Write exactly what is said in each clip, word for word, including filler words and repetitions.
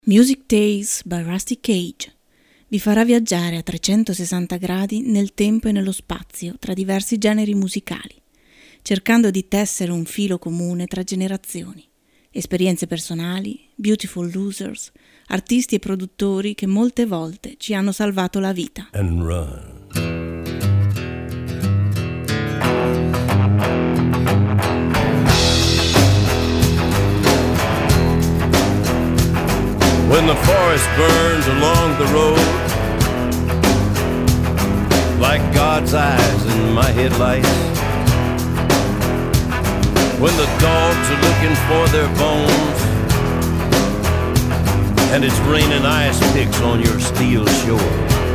Music Days by Rusty Cage vi farà viaggiare a trecentosessanta gradi nel tempo e nello spazio tra diversi generi musicali, cercando di tessere un filo comune tra generazioni, esperienze personali, beautiful losers, artisti e produttori che molte volte ci hanno salvato la vita. And run. When the forest burns along the road, like God's eyes in my headlights, when the dogs are looking for their bones, and it's raining ice picks on your steel shore,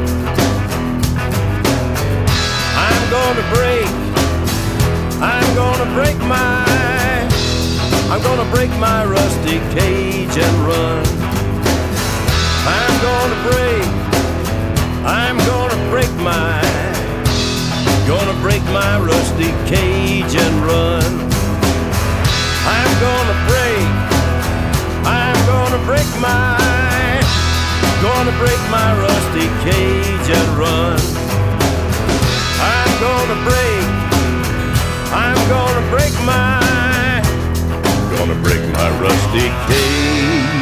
I'm gonna break, I'm gonna break my, I'm gonna break my rusty cage and run. I'm gonna break, I'm gonna break my, gonna break my rusty cage and run. I'm gonna break, I'm gonna break my, gonna break my rusty cage and run. I'm gonna break, I'm gonna break my, gonna break my rusty cage.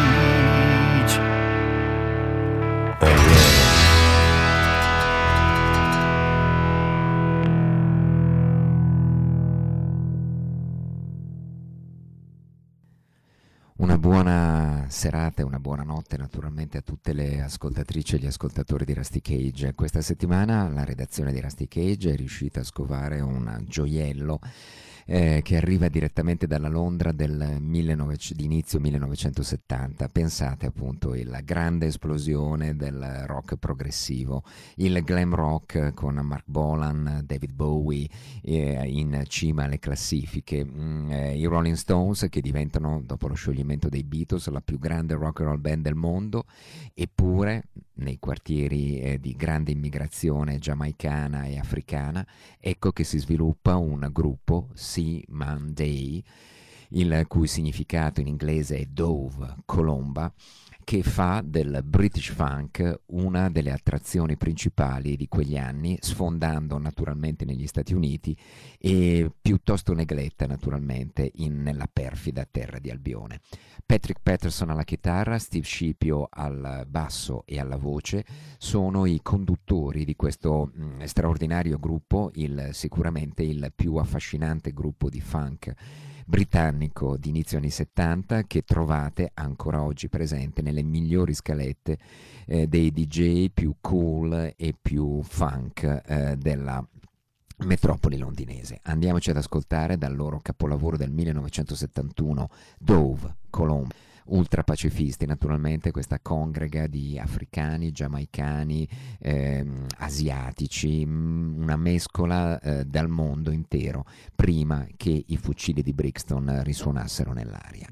Una buona serata e una buona notte naturalmente a tutte le ascoltatrici e gli ascoltatori di Rusty Cage. Questa settimana la redazione di Rusty Cage è riuscita a scovare un gioiello eh, che arriva direttamente dalla Londra del millenovecento, di inizio millenovecentosettanta. Pensate appunto alla grande esplosione del rock progressivo, il glam rock con Mark Bolan, David Bowie eh, in cima alle classifiche, mm, eh, i Rolling Stones che diventano dopo lo scioglimento dei Beatles la più grande rock and roll band del mondo, eppure nei quartieri eh, di grande immigrazione giamaicana e africana ecco che si sviluppa un gruppo, Sea-Man-Day, il cui significato in inglese è Dove, colomba, che fa del British Funk una delle attrazioni principali di quegli anni, sfondando naturalmente negli Stati Uniti e piuttosto negletta naturalmente in, nella perfida terra di Albione. Patrick Patterson alla chitarra, Steve Scipio al basso e alla voce sono i conduttori di questo mh, straordinario gruppo, il, sicuramente il più affascinante gruppo di funk britannico di inizio anni settanta che trovate ancora oggi presente nelle migliori scalette eh, dei D J più cool e più funk eh, della metropoli londinese. Andiamoci ad ascoltare dal loro capolavoro del millenovecentosettantuno, Dove, Colomba. Ultra pacifisti naturalmente, questa congrega di africani, giamaicani, ehm, asiatici, mh, una mescola eh, dal mondo intero prima che i fucili di Brixton risuonassero nell'aria.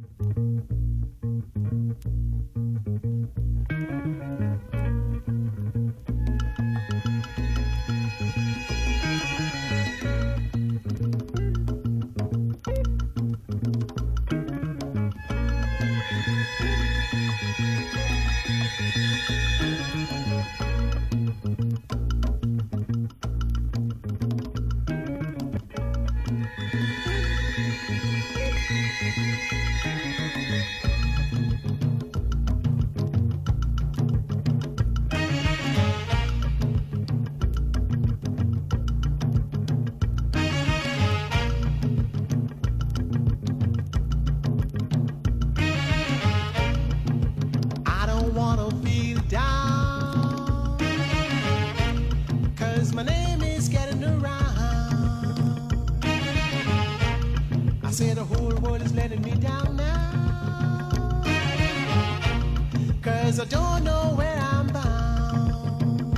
I don't know where I'm bound.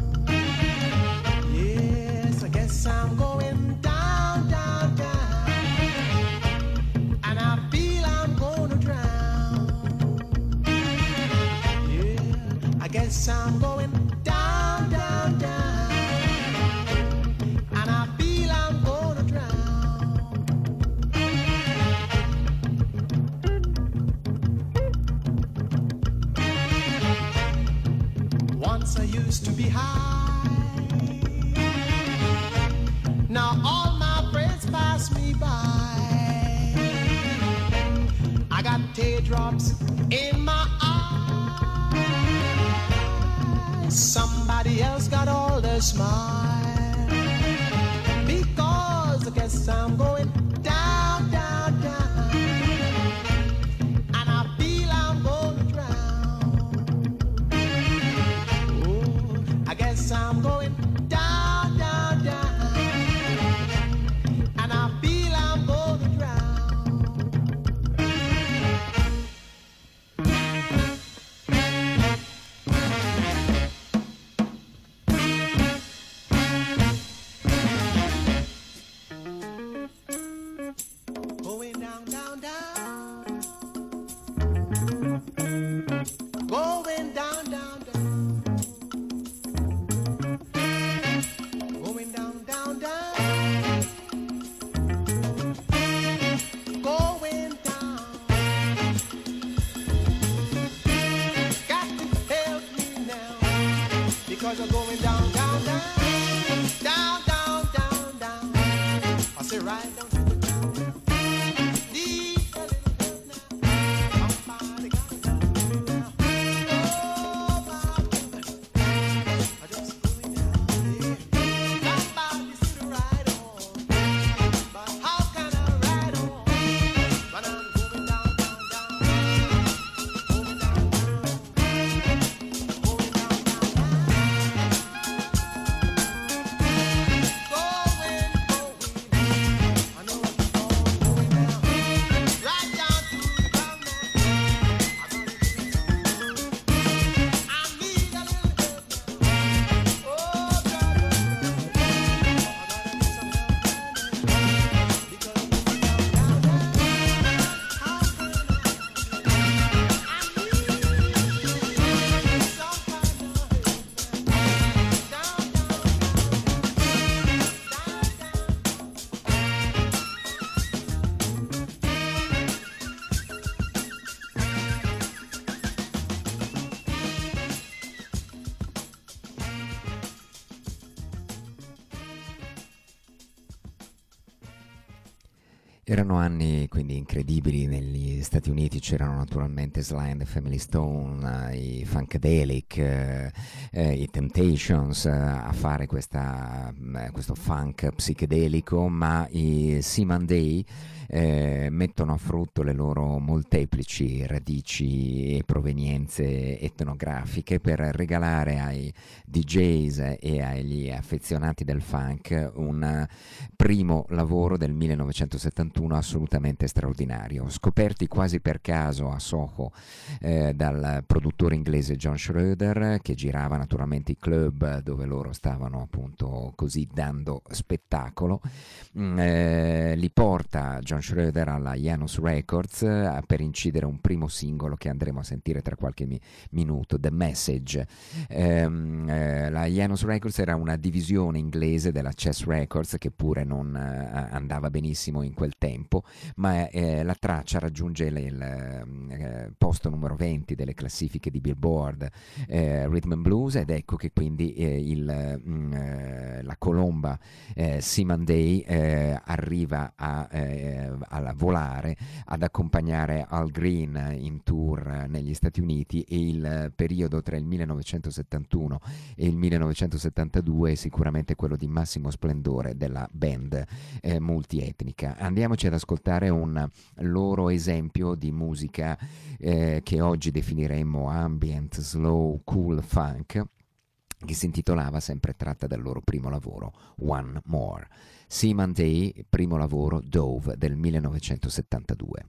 Yes, I guess I'm going down, down, down. And I feel I'm gonna drown. Yeah, I guess I'm going down, down, down. And I feel I'm gonna drown. Once I used to be high. Now all my friends pass me by. I got teardrops in my eyes. Somebody else got all the smile. Because I guess I'm going down, down, down. And I feel I'm gonna drown. Oh, I guess I'm going down, down, down. And I feel I'm gonna drown. Going down, down, down. Going down, down, down. Going down, down, down. Going down. Got to help me now. Because I'm going down, down, down. Down, down, down, down. I say right down to the ground. Need a little help now. Somebody gotta help me now. Oh, my goodness. I just going down here. Somebody sit right on. But how can I ride on? When I'm going down, down, down. Going down, down. Going down, down, down. Going, going. I know it's all going down. Right down to the ground now. I gotta get it down. I need a little help now. Oh, brother, brother. I gotta get some help now. Because I'm going down, down, down. How can I? I need some kind of Erano anni quindi incredibili negli Stati Uniti, c'erano naturalmente Sly and the Family Stone, eh, i Funkadelic, eh, eh, i Temptations eh, a fare questa, eh, questo funk psichedelico, ma i Seaman Day eh, mettono a frutto le loro molteplici radici e provenienze etnografiche per regalare ai D Js e agli affezionati del funk un primo lavoro del millenovecentosettantuno assolutamente straordinario, scoperti quasi per caso a Soho eh, dal produttore inglese John Schroeder, che girava naturalmente i club dove loro stavano appunto così dando spettacolo. Mm, eh, li porta John Schroeder alla Janus Records eh, per incidere un primo singolo che andremo a sentire tra qualche mi- minuto, The Message. Ehm, eh, la Janus Records era una divisione inglese della Chess Records, che pure non eh, andava benissimo in quel tempo, ma eh, la traccia raggiunge le, il eh, posto numero venti delle classifiche di Billboard eh, Rhythm and Blues, ed ecco che quindi eh, il, mh, eh, la colomba eh, Seaman Day eh, arriva a, eh, a volare, ad accompagnare Al Green in tour negli Stati Uniti, e il periodo tra il millenovecentosettantuno e il millenovecentosettantadue è sicuramente quello di massimo splendore della band eh, multietnica. Andiamoci ad ascoltare un loro esempio di musica eh, che oggi definiremmo ambient, slow, cool funk, che si intitolava, sempre tratta dal loro primo lavoro, One More. Seaman Day, primo lavoro, Dove, del millenovecentosettantadue.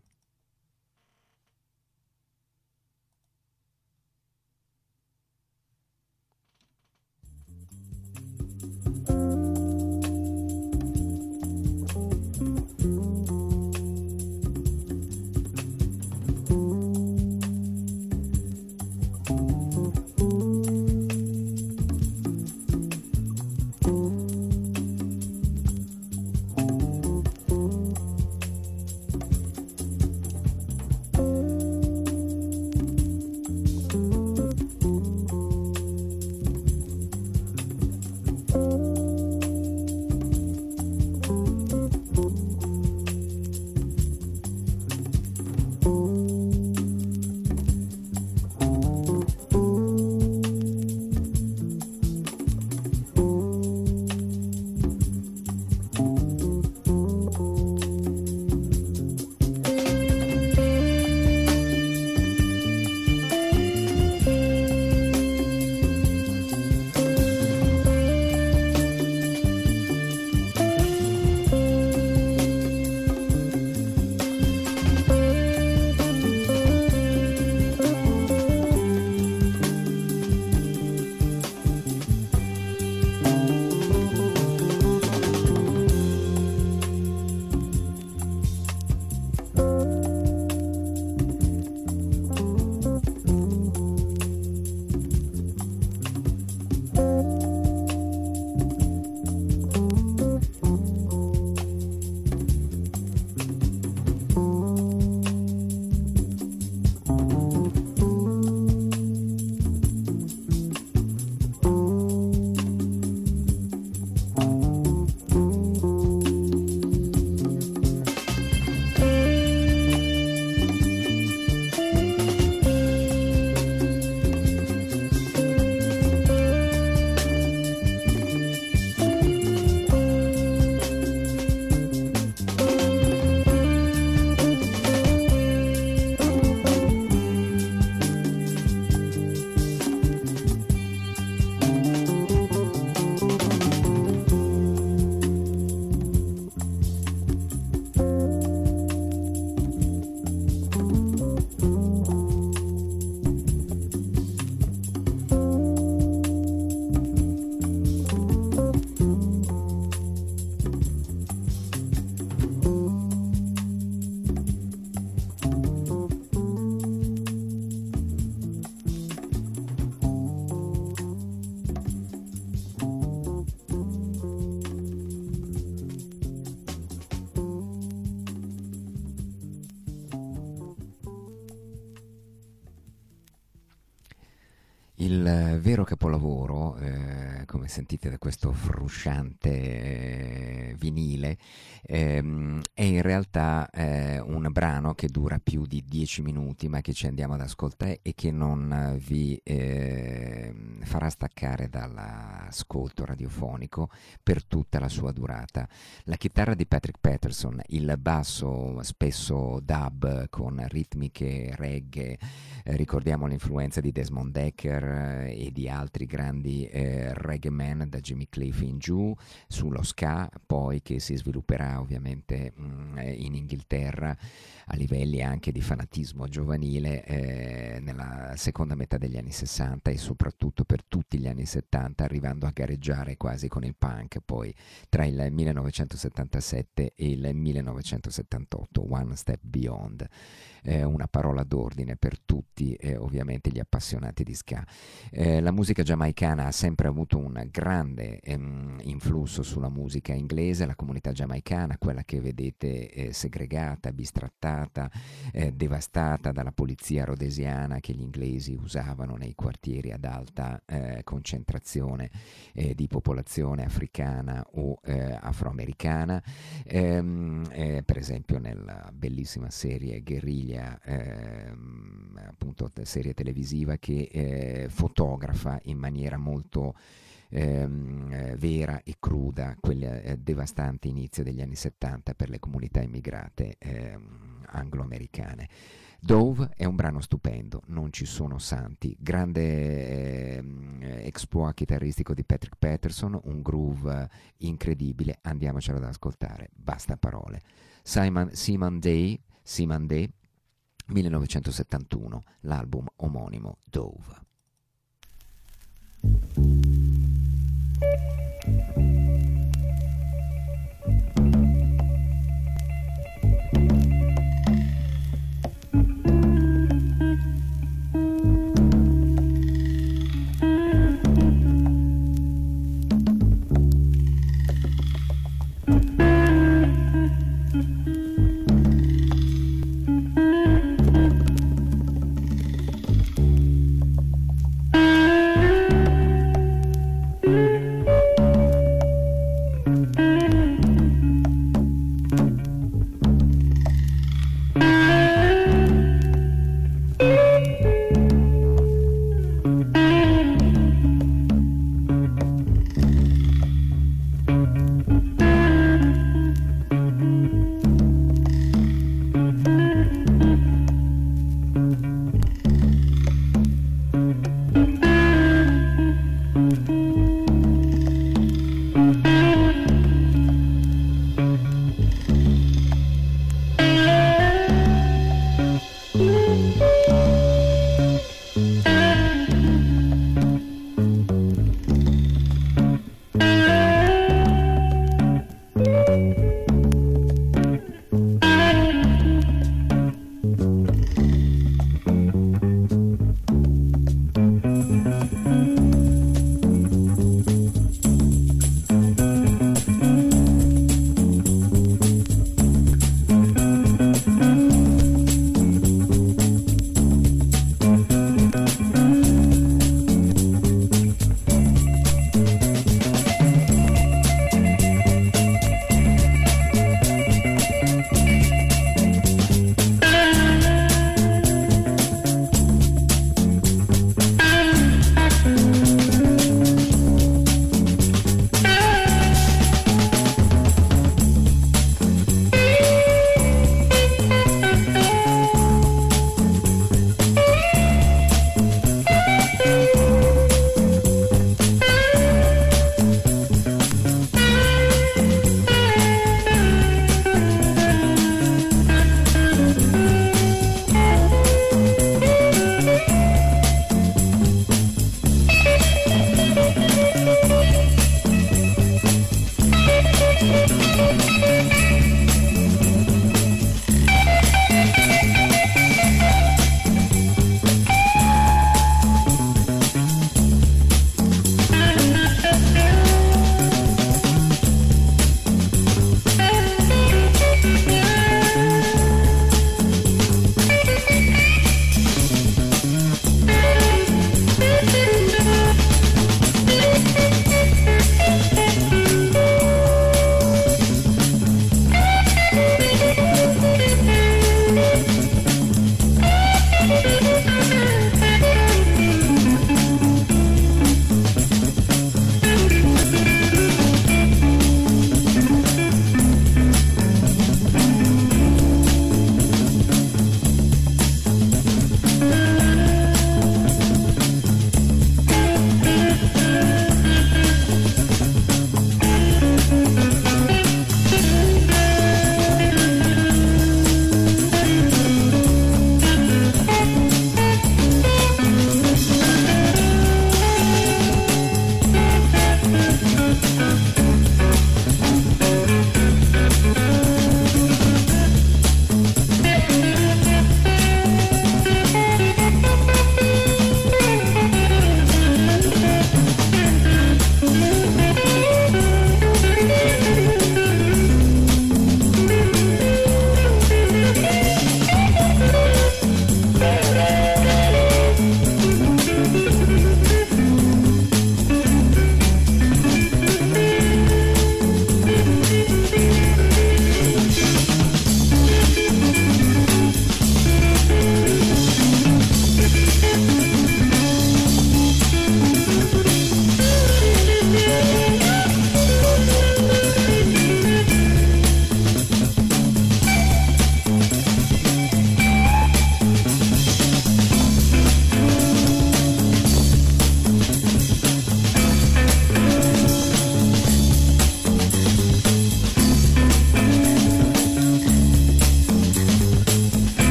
Il vero capolavoro, eh, come sentite da questo frusciante eh, vinile, ehm, è in realtà eh, un brano che dura più di dieci minuti, ma che ci andiamo ad ascoltare e che non vi eh, farà staccare dall'ascolto radiofonico per tutta la sua durata. La chitarra di Patrick Patterson, il basso spesso dub con ritmiche reggae, eh, ricordiamo l'influenza di Desmond Decker e di altri grandi eh, reggae man, da Jimmy Cliff in giù, sullo ska, poi che si svilupperà ovviamente mh, in Inghilterra a livelli anche di fanatismo giovanile eh, nella seconda metà degli anni sessanta e soprattutto per tutti gli anni settanta, arrivando a gareggiare quasi con il punk poi tra il millenovecentosettantasette e il millenovecentosettantotto. One Step Beyond, eh, una parola d'ordine per tutti eh, ovviamente gli appassionati di ska. Eh, la musica giamaicana ha sempre avuto un grande ehm, influsso sulla musica inglese. La comunità giamaicana, quella che vedete eh, segregata, bistrattata, eh, devastata dalla polizia rhodesiana che gli inglesi usavano nei quartieri ad alta eh, concentrazione eh, di popolazione africana o eh, afroamericana, ehm, eh, per esempio nella bellissima serie Guerriglia, ehm, appunto serie televisiva che eh, fotografa in maniera molto ehm, eh, vera e cruda quel eh, devastante inizio degli anni settanta per le comunità immigrate ehm, anglo-americane. Dove è un brano stupendo, non ci sono santi, grande ehm, exploit chitarristico di Patrick Patterson, un groove incredibile, andiamocelo ad ascoltare, basta parole. Simon, Simon Day, Simon Day, millenovecentosettantuno, l'album omonimo Dove.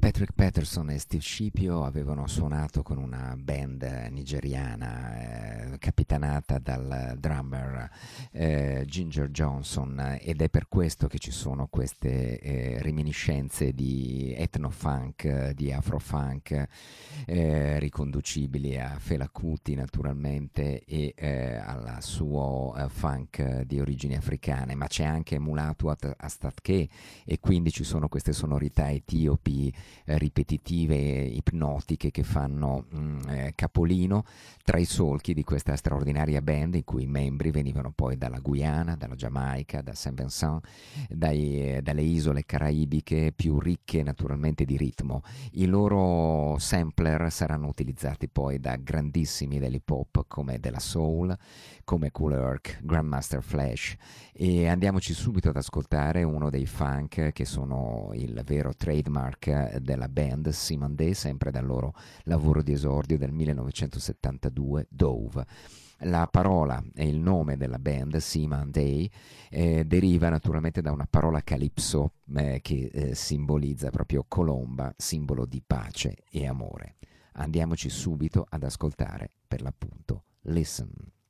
Patrick Patterson e Steve Scipio avevano suonato con una band nigeriana eh, capitanata dal drummer eh, Ginger Johnson, ed è per questo che ci sono queste eh, reminiscenze di etno-funk, di afro-funk eh, riconducibili a Fela Kuti naturalmente e eh, al suo eh, funk di origini africane, ma c'è anche Mulatu Astatke e quindi ci sono queste sonorità etiopi eh, ripetitive e ipnotiche che fanno mh, eh, capolino tra i solchi di questa straordinaria band, in cui i membri venivano poi dalla Guyana, dalla Giamaica, da Saint Vincent, dai, eh, dalle isole caraibiche più ricche naturalmente di ritmo. I loro sampler saranno utilizzati poi da grandissimi dell'hip hop come della soul, come Kool Herc, Grandmaster Flash, e andiamoci subito ad ascoltare uno dei funk che sono il vero trademark della band, Simon Day, sempre dal loro lavoro di esordio del millenovecentosettantadue, Dove. La parola e il nome della band, Simon Day, eh, deriva naturalmente da una parola calypso eh, che eh, simbolizza proprio colomba, simbolo di pace e amore. Andiamoci subito ad ascoltare per l'appunto Listen.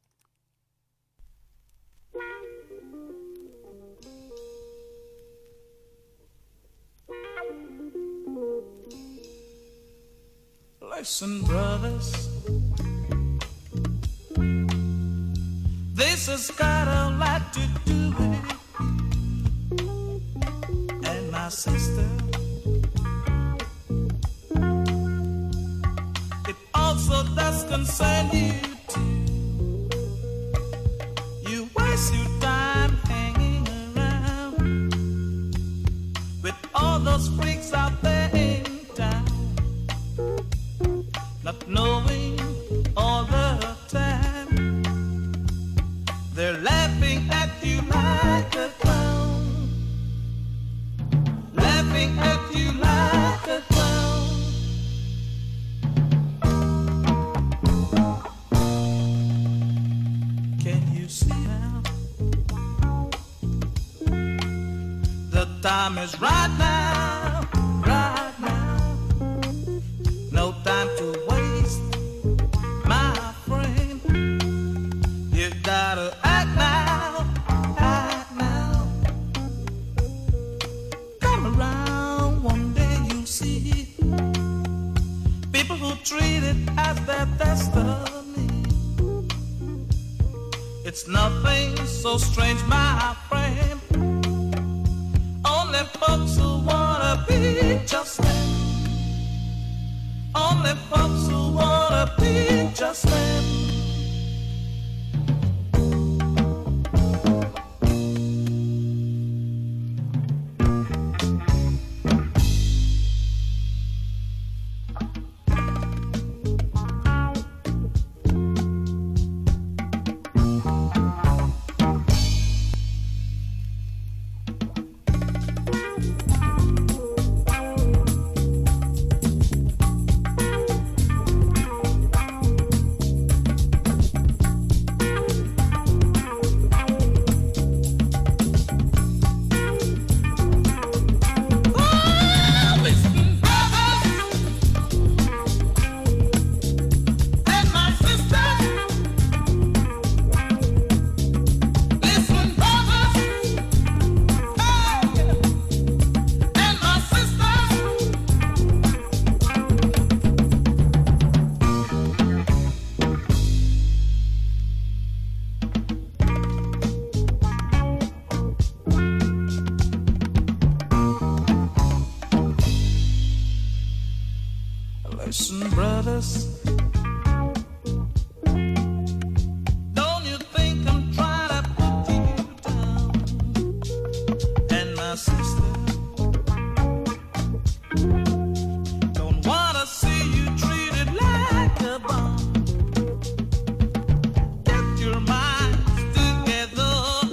Listen, brothers, this has got a lot to do with it, and my sister, it also does concern you too. You waste your time hanging around with all those freaks out there in town, not knowing all the time they're laughing at you like a clown, laughing at you like a clown. Can you see now? The time is right now, right now. No time to waste, my friend. You gotta act now, act now. Come around, one day you'll see people who treat it as their destiny. It's nothing so strange, my friend. Only folks who wanna be just them. Only folks who wanna be just them. Listen, brothers, don't you think I'm trying to put you down? And my sister, don't wanna see you treated like a bomb. Get your minds together,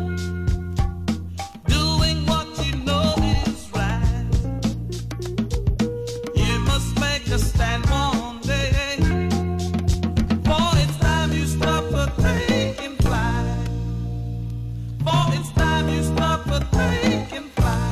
doing what you know is right. You must make a stand one day, for it's time you stop for taking flight. For it's time you stop for taking flight.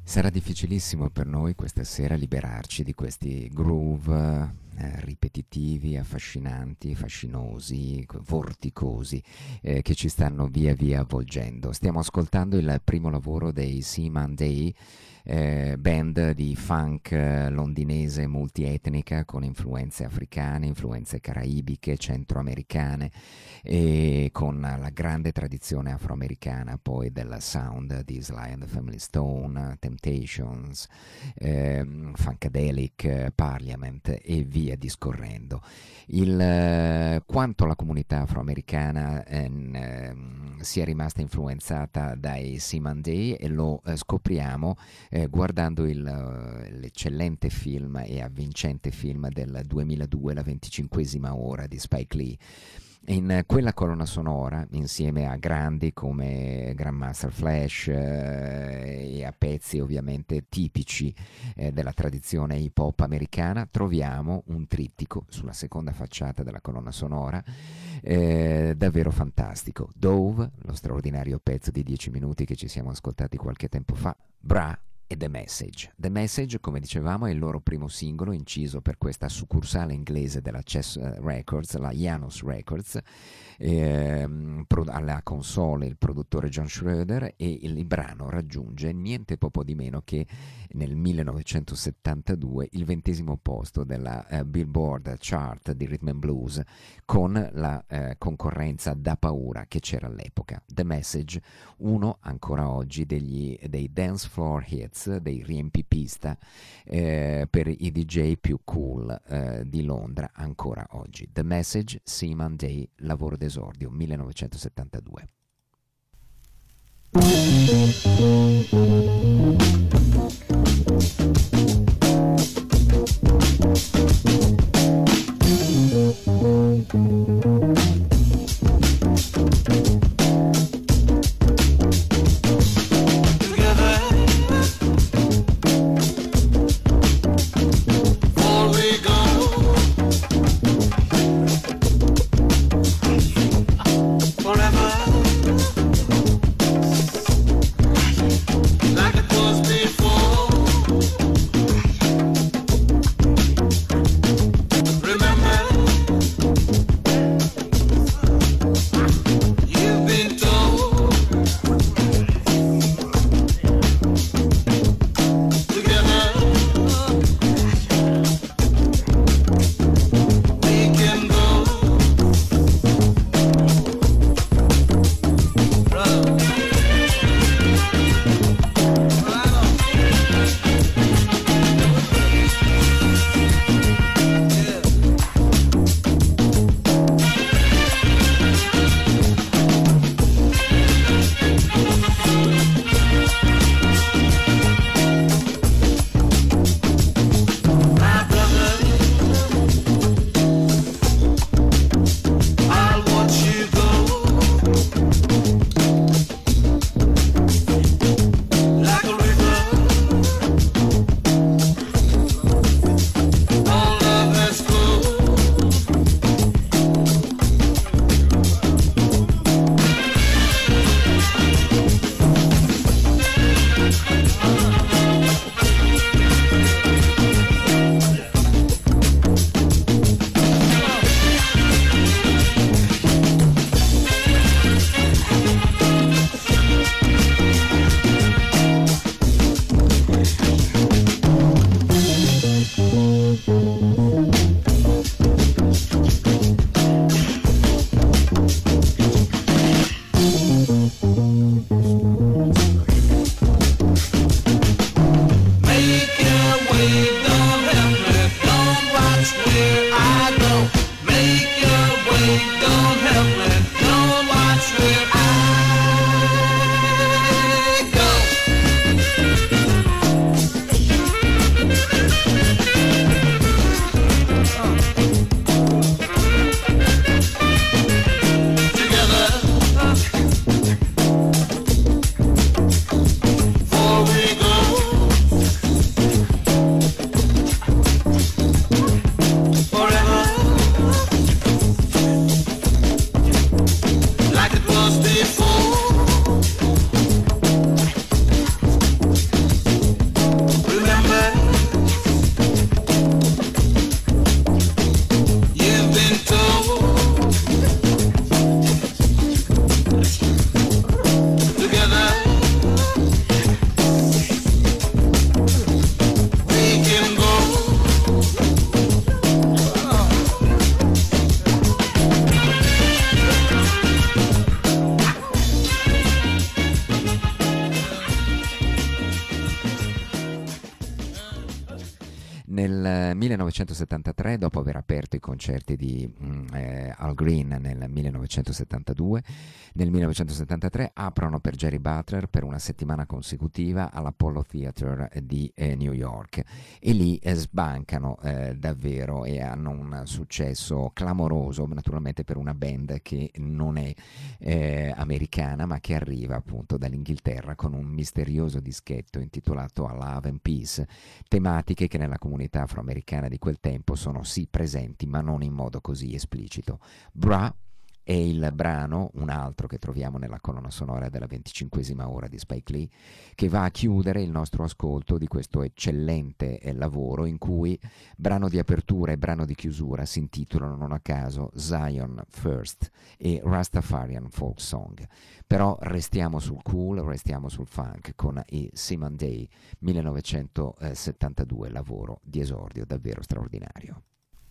Sarà difficilissimo per noi questa sera liberarci di questi groove eh, ripetitivi, affascinanti, fascinosi, vorticosi eh, che ci stanno via via avvolgendo. Stiamo ascoltando il primo lavoro dei Seaman Day, eh, band di funk eh, londinese multietnica con influenze africane, influenze caraibiche, centroamericane e con la grande tradizione afroamericana poi del sound di Sly and the Family Stone, Temptations, eh, Funkadelic, eh, Parliament e via discorrendo. Il, eh, quanto la comunità afroamericana eh, eh, sia rimasta influenzata dai Seaman Day e lo eh, scopriamo eh, guardando il, uh, l'eccellente film e avvincente film del duemiladue, La venticinquesima ora di Spike Lee. In quella colonna sonora, insieme a grandi come Grandmaster Flash eh, e a pezzi ovviamente tipici eh, della tradizione hip hop americana, troviamo un trittico sulla seconda facciata della colonna sonora eh, davvero fantastico. Dove, lo straordinario pezzo di dieci minuti che ci siamo ascoltati qualche tempo fa, Bra e The Message. The Message, come dicevamo, è il loro primo singolo inciso per questa succursale inglese della Chess Records, la Janus Records, ehm, alla console il produttore John Schroeder, e il, il brano raggiunge niente poco di meno che nel millenovecentosettantadue il ventesimo posto della eh, Billboard Chart di Rhythm and Blues, con la eh, concorrenza da paura che c'era all'epoca. The Message, uno ancora oggi degli, dei dance floor hits, dei riempipista eh, per i D J più cool eh, di Londra ancora oggi. The Message, Seaman Day, lavoro d'esordio millenovecentosettantadue. Nel millenovecentosettantatré, dopo aver aperto i concerti di eh, Al Green nel millenovecentosettantadue, nel millenovecentosettantatré aprono per Jerry Butler per una settimana consecutiva all'Apollo Theater di eh, New York, e lì eh, sbancano eh, davvero e hanno un successo clamoroso, naturalmente per una band che non è eh, americana ma che arriva appunto dall'Inghilterra con un misterioso dischetto intitolato A Love and Peace, tematiche che nella comunità afroamericana di quel tempo sono sì presenti ma non in modo così esplicito. Bra è il brano, un altro che troviamo nella colonna sonora della venticinquesima ora di Spike Lee, che va a chiudere il nostro ascolto di questo eccellente eh, lavoro, in cui brano di apertura e brano di chiusura si intitolano non a caso Zion First e Rastafarian Folk Song. Però restiamo sul cool, restiamo sul funk con i Simon Day millenovecentosettantadue, lavoro di esordio davvero straordinario.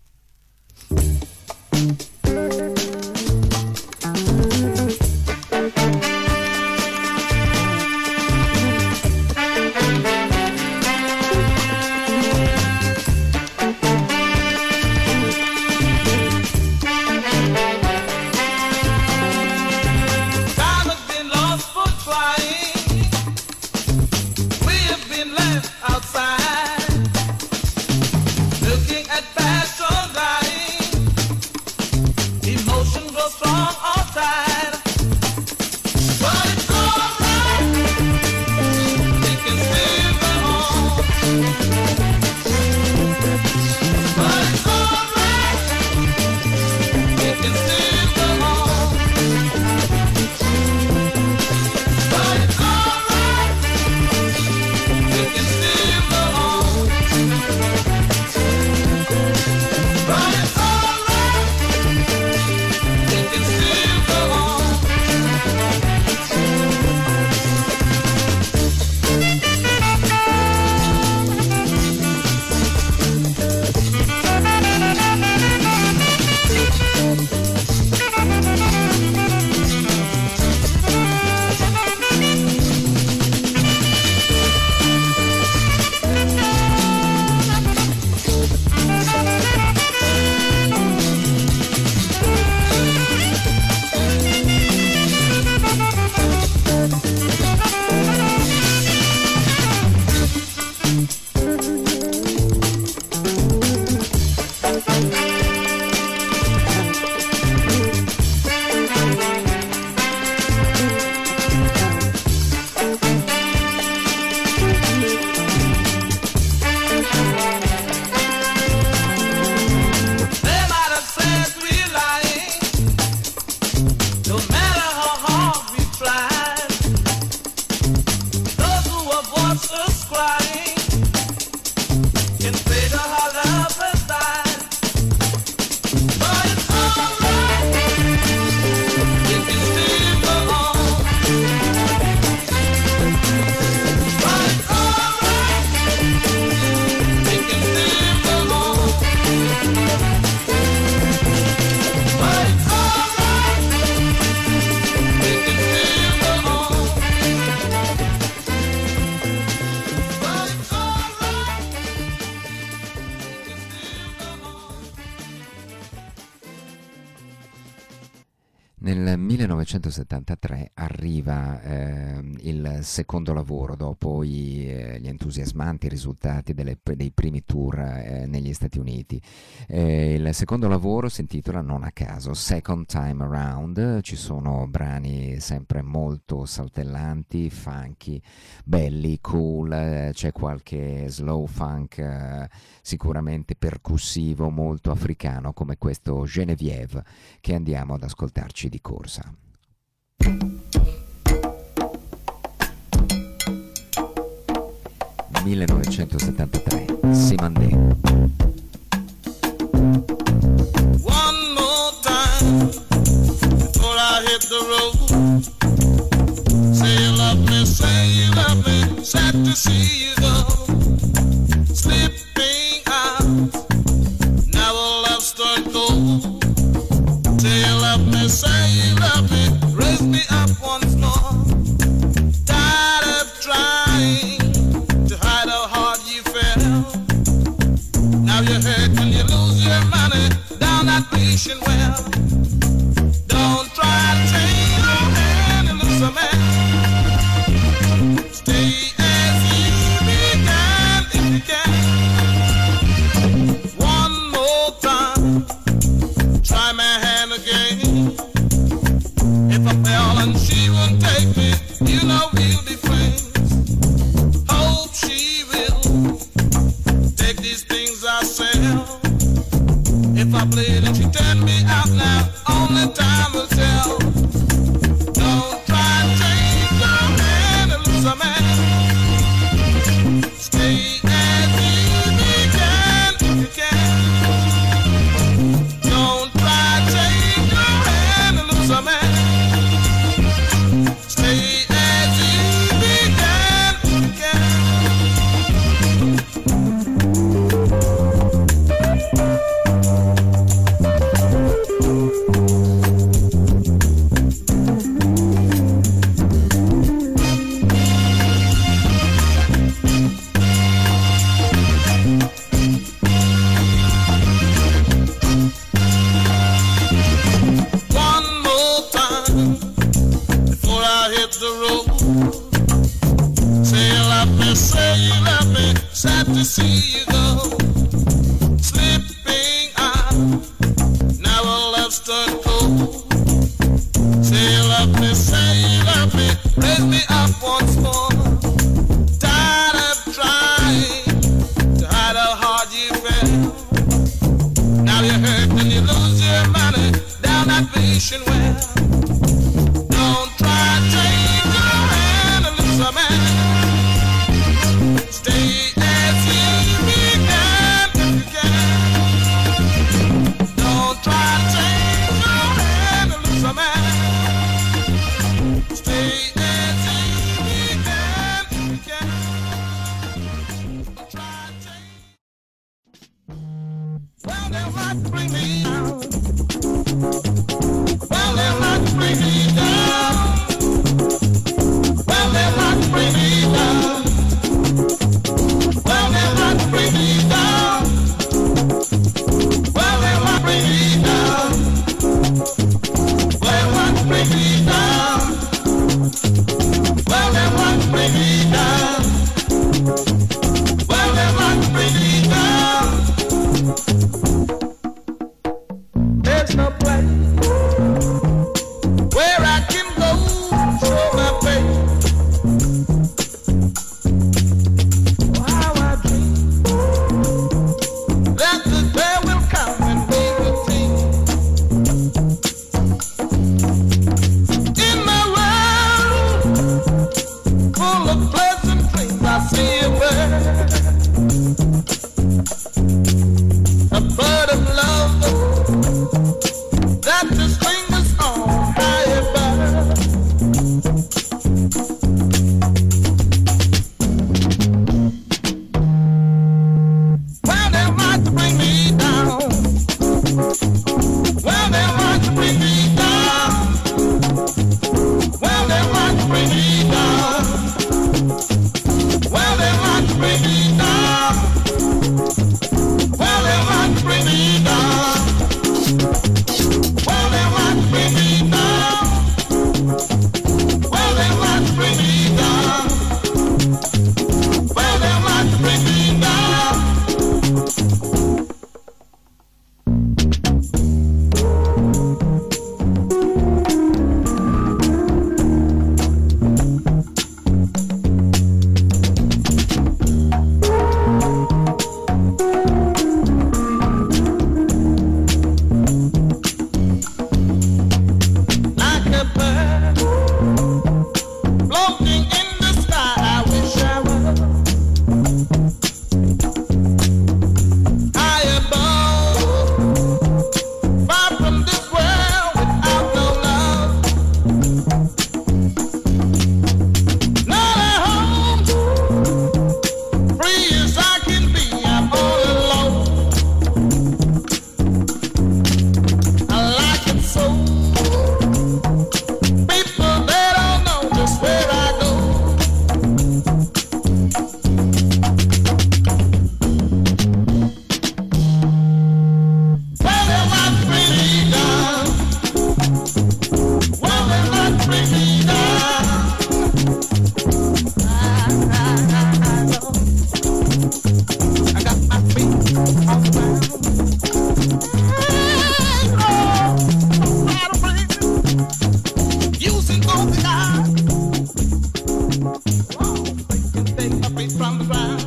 Nel millenovecentosettantatré arriva eh, il secondo lavoro dopo i, eh, gli entusiasmanti risultati delle, dei primi tour eh, negli Stati Uniti. Eh, il secondo lavoro si intitola non a caso Second Time Around, ci sono brani sempre molto saltellanti, funky, belli, cool, eh, c'è qualche slow funk eh, sicuramente percussivo, molto africano come questo Genevieve che andiamo ad ascoltarci di corsa. millenovecentosettantatré, Simon Day. One more time before I hit the road. Say you love me, say you love me, sad to see you go. Slipping out, now a love story goes. Say you love me, say you love me, raise me up once more. Tired of trying to hide how hard you felt. wishing well. Don't try to change your hand and lose a man. Stay as you began if you can. One more time, try my hand again. If I fell and she won't take me, you know we'll be friends. Hope she will take these things I sell. If I bleed and she turn me out now, only time will tell. Don't try to change your man and lose a man. Stay as you began if you can. Don't try to change your man and lose a man. Stay as you began if you can. Sad to see you go, slipping out. Now our love's turned cold. Say you love me, say you love me, raise me up once more. Tired of trying to hide how hard you fell. Now you're hurt and you lose your money down that fishing well. Don't try to change your hand and lose a man. Stay bring me down. Well, they'll not bring me down. Well, they'll not bring me down. Well, they'll not bring me down. Well, they'll not bring me down. Well, they'll not bring me down. Well, they'll not bring me down. Well, they'll not bring me down. There's no place You take my feet from the ground.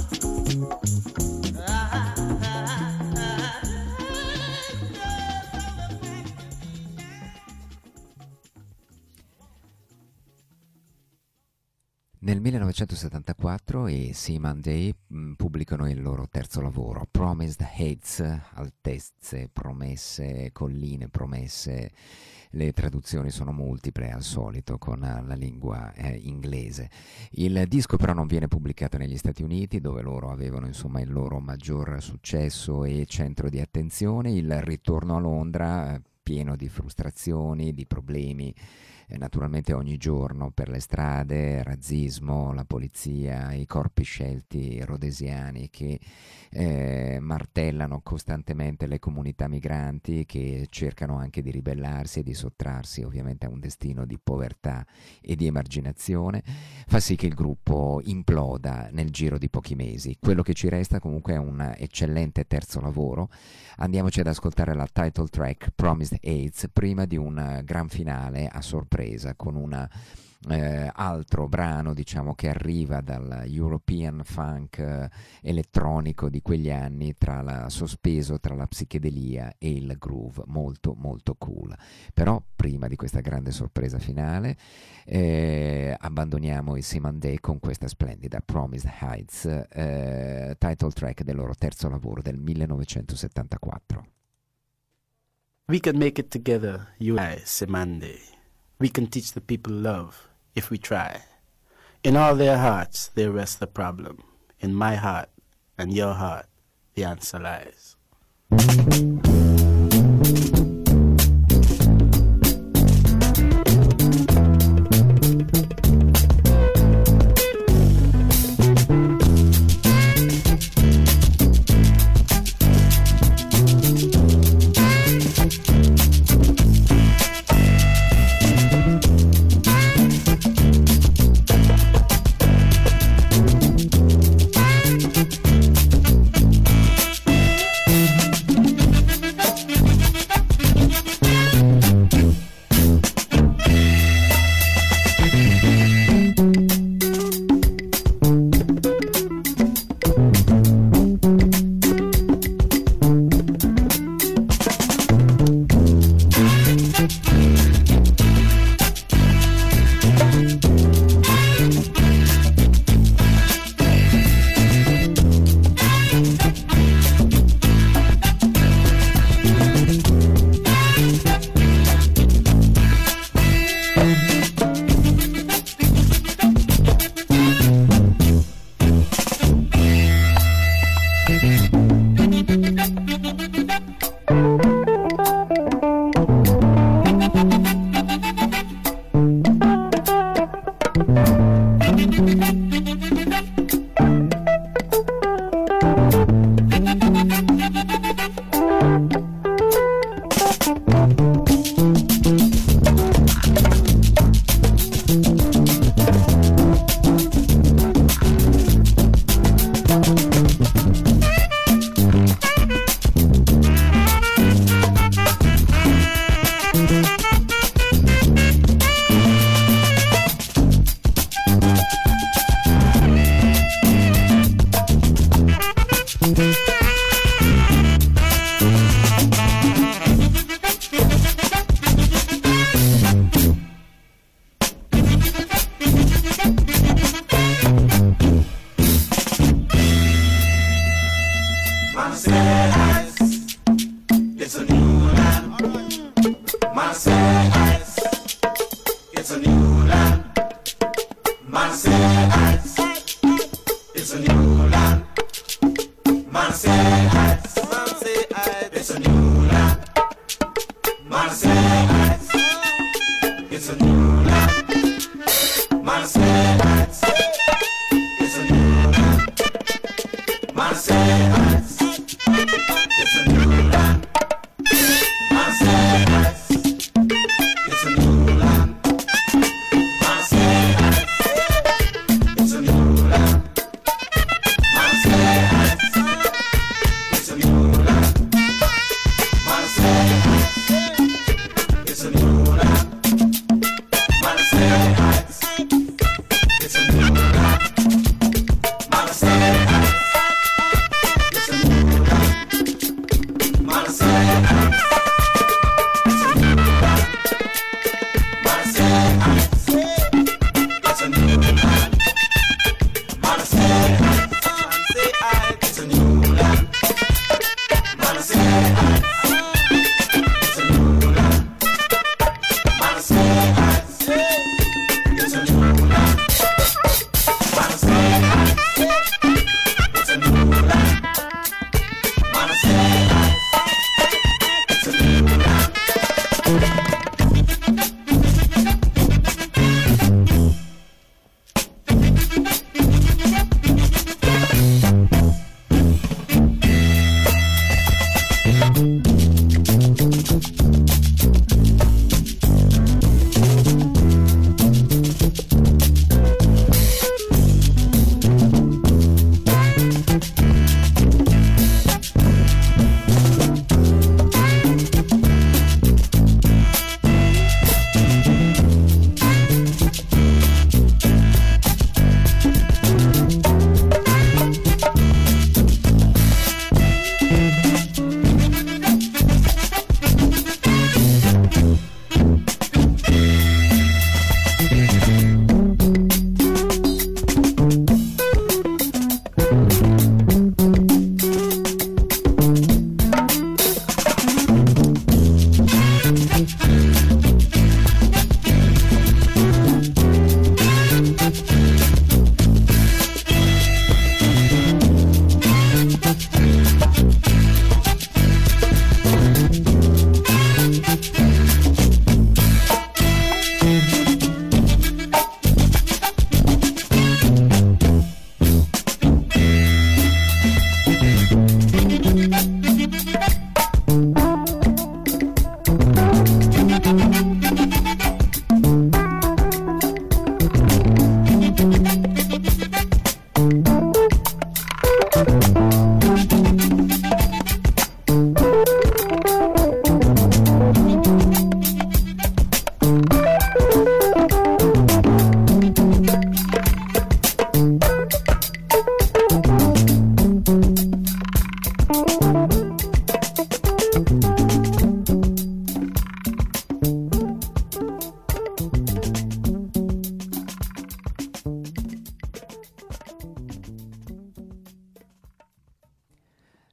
Nel millenovecentosettantaquattro i Seaman Day mh, pubblicano il loro terzo lavoro, Promised Heights, altezze, promesse, colline, promesse. Le traduzioni sono multiple al solito con la lingua eh, inglese. Il disco però non viene pubblicato negli Stati Uniti, dove loro avevano insomma il loro maggior successo e centro di attenzione. Il ritorno a Londra, eh, pieno di frustrazioni, di problemi, eh, naturalmente ogni giorno per le strade, razzismo, la polizia, i corpi scelti rhodesiani che eh, martellano costantemente le comunità migranti, che cercano anche di ribellarsi e di sottrarsi ovviamente a un destino di povertà e di emarginazione, fa sì che il gruppo imploda nel giro di pochi mesi. Quello che ci resta comunque è un eccellente terzo lavoro. Andiamoci ad ascoltare la title track Promised Heights prima di un gran finale a sorpresa con un eh, altro brano, diciamo, che arriva dal European funk eh, elettronico di quegli anni, tra la, sospeso tra la psichedelia e il groove, molto molto cool. Però prima di questa grande sorpresa finale eh, abbandoniamo i Seaman Day con questa splendida Promised Heights, eh, title track del loro terzo lavoro del millenovecentosettantaquattro. We can make it together, you and I, Seaman Day. We can teach the people love if we try. In all their hearts there rests the problem. In my heart and your heart the answer lies.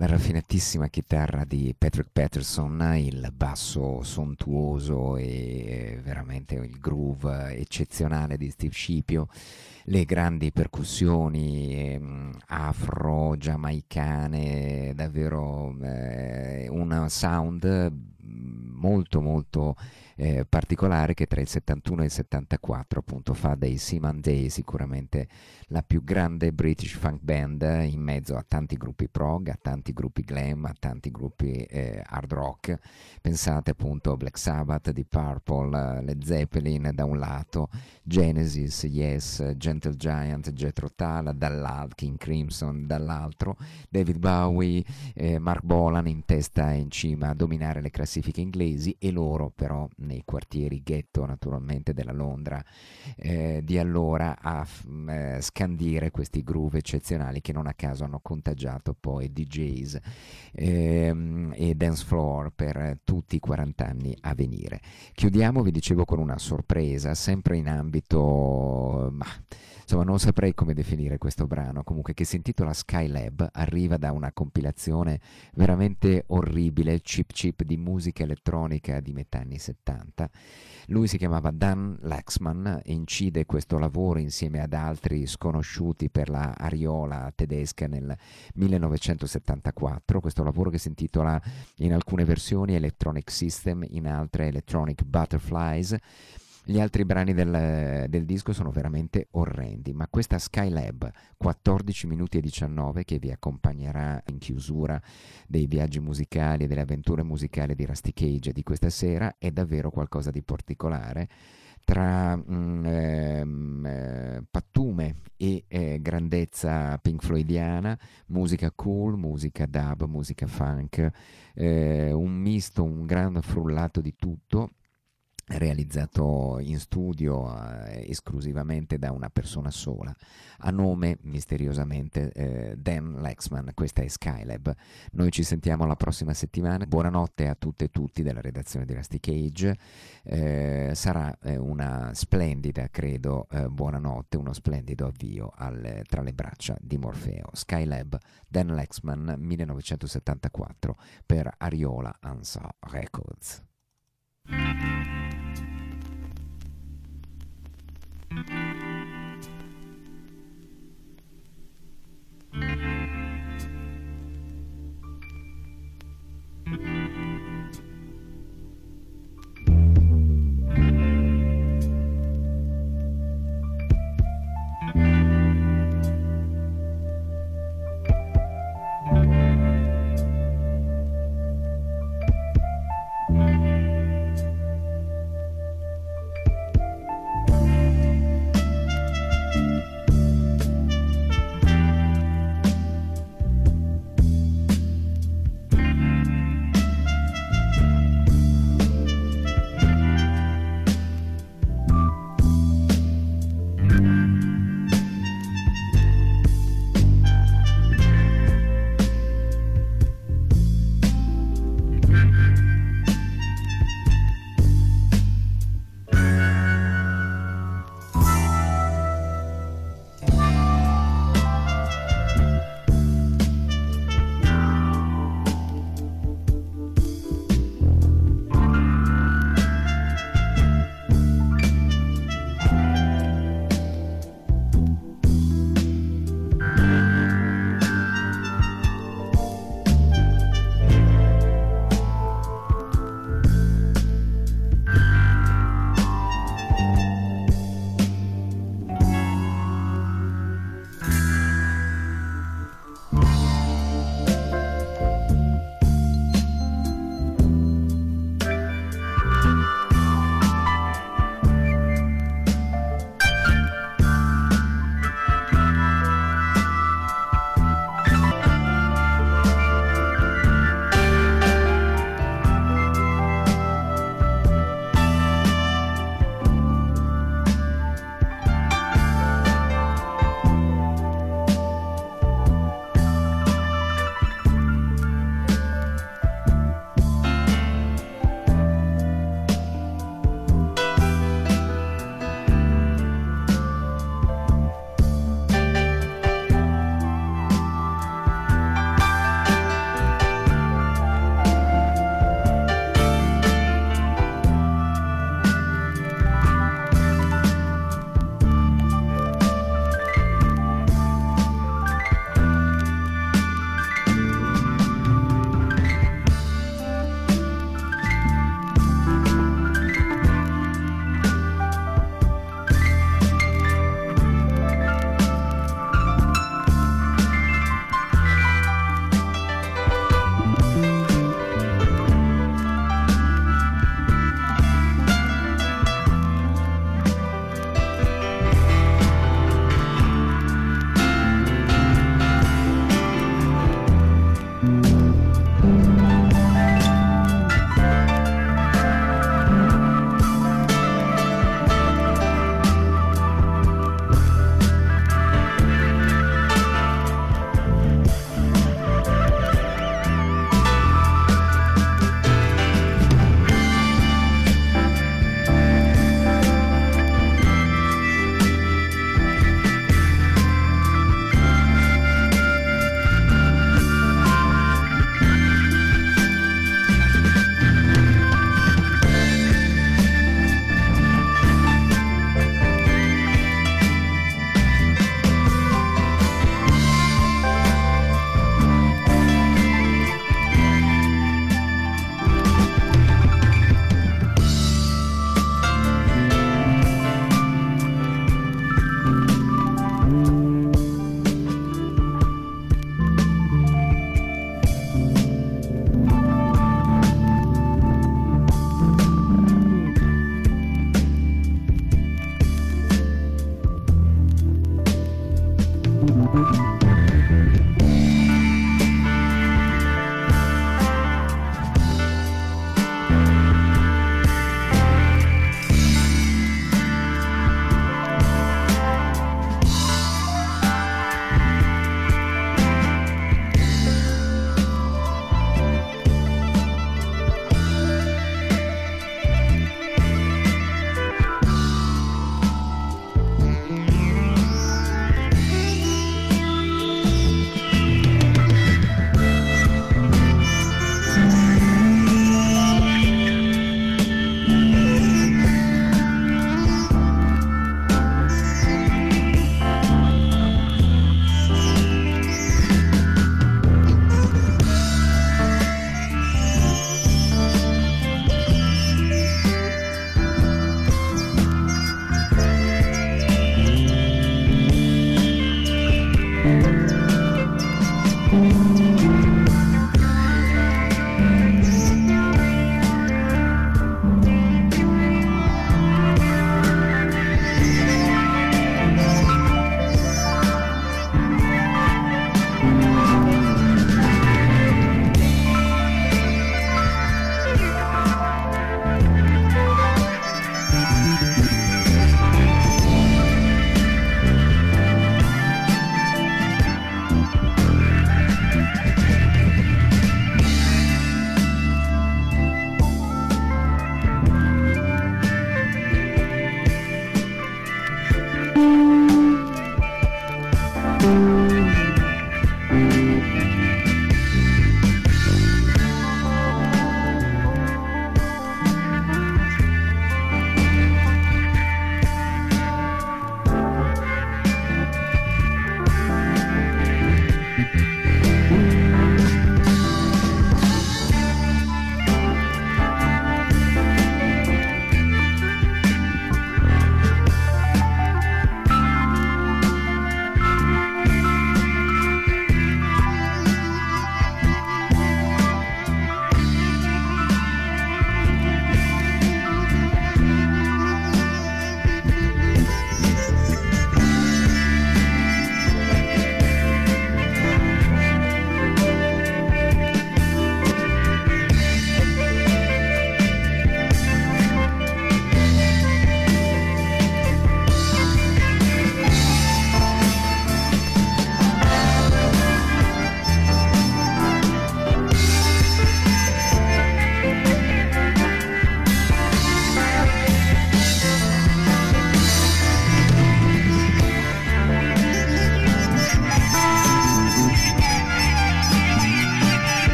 La raffinatissima chitarra di Patrick Patterson, il basso sontuoso e veramente il groove eccezionale di Steve Scipio, le grandi percussioni eh, afro-giamaicane, davvero eh, un sound molto molto eh, particolare che tra il settantuno e il settantaquattro appunto fa dei Seaman Day sicuramente la più grande British funk band in mezzo a tanti gruppi prog, a tanti gruppi glam, a tanti gruppi eh, hard rock. Pensate appunto a Black Sabbath, Deep Purple, Led Zeppelin da un lato, Genesis, Yes, Gentle Giant, Jethro Tull dall'altro, King Crimson dall'altro, David Bowie, eh, Mark Bolan in testa e in cima a dominare le classifiche inglesi, e loro però nei quartieri ghetto naturalmente della Londra eh, di allora a eh, scandire questi groove eccezionali che non a caso hanno contagiato poi D Js ehm, e dance floor per tutti i quaranta anni a venire. Chiudiamo, vi dicevo, con una sorpresa sempre in ambito, ma insomma non saprei come definire questo brano, comunque, che si intitola Skylab, arriva da una compilazione veramente orribile, chip chip di musica elettronica di metà anni settanta. Lui si chiamava Dan Laxman e incide questo lavoro insieme ad altri sconosciuti per la Ariola tedesca nel millenovecentosettantaquattro, questo lavoro che si intitola in alcune versioni Electronic System, in altre Electronic Butterflies. Gli altri brani del, del disco sono veramente orrendi, ma questa Skylab, quattordici minuti e diciannove, che vi accompagnerà in chiusura dei viaggi musicali e delle avventure musicali di Rusty Cage di questa sera, è davvero qualcosa di particolare. Tra mm, ehm, eh, pattume e eh, grandezza pink floydiana, musica cool, musica dub, musica funk, eh, un misto, un gran frullato di tutto, realizzato in studio eh, esclusivamente da una persona sola, a nome misteriosamente eh, Dan Laxman. Questa è Skylab. Noi ci sentiamo la prossima settimana. Buonanotte a tutte e tutti della redazione di Rusty Cage. Eh, sarà eh, una splendida, credo, eh, buonanotte, uno splendido avvio al, tra le braccia di Morfeo. Skylab, Dan Laxman, millenovecentosettantaquattro, per Ariola Ansa Records.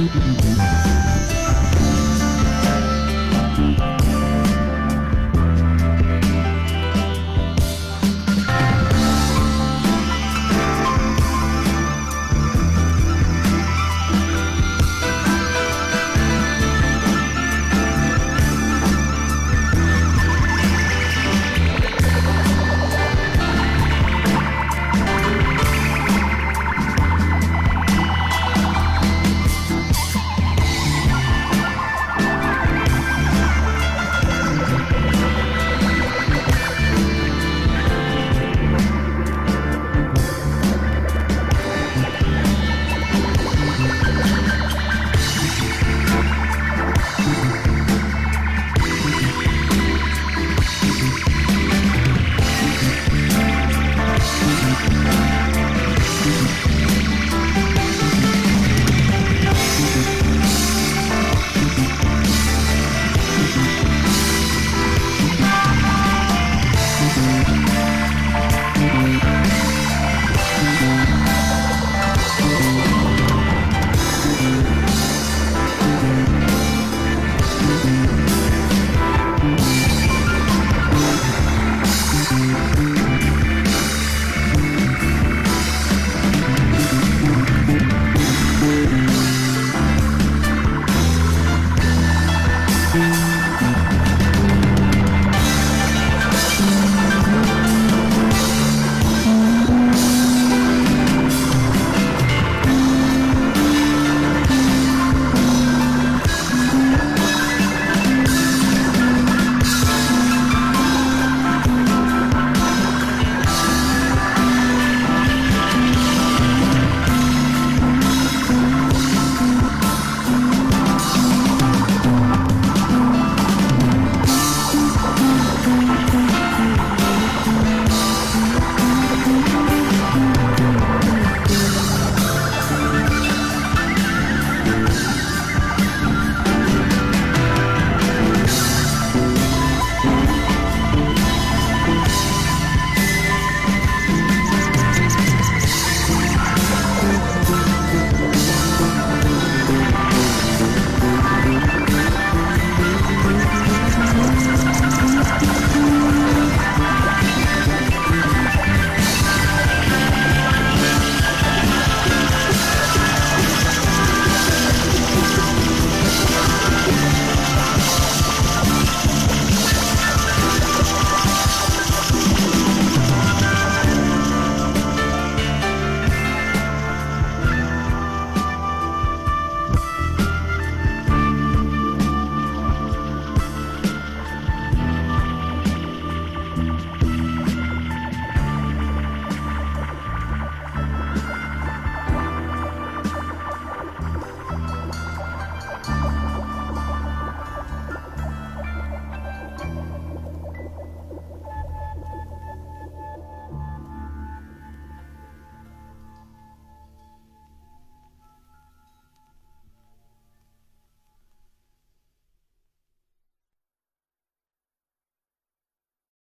Thank you.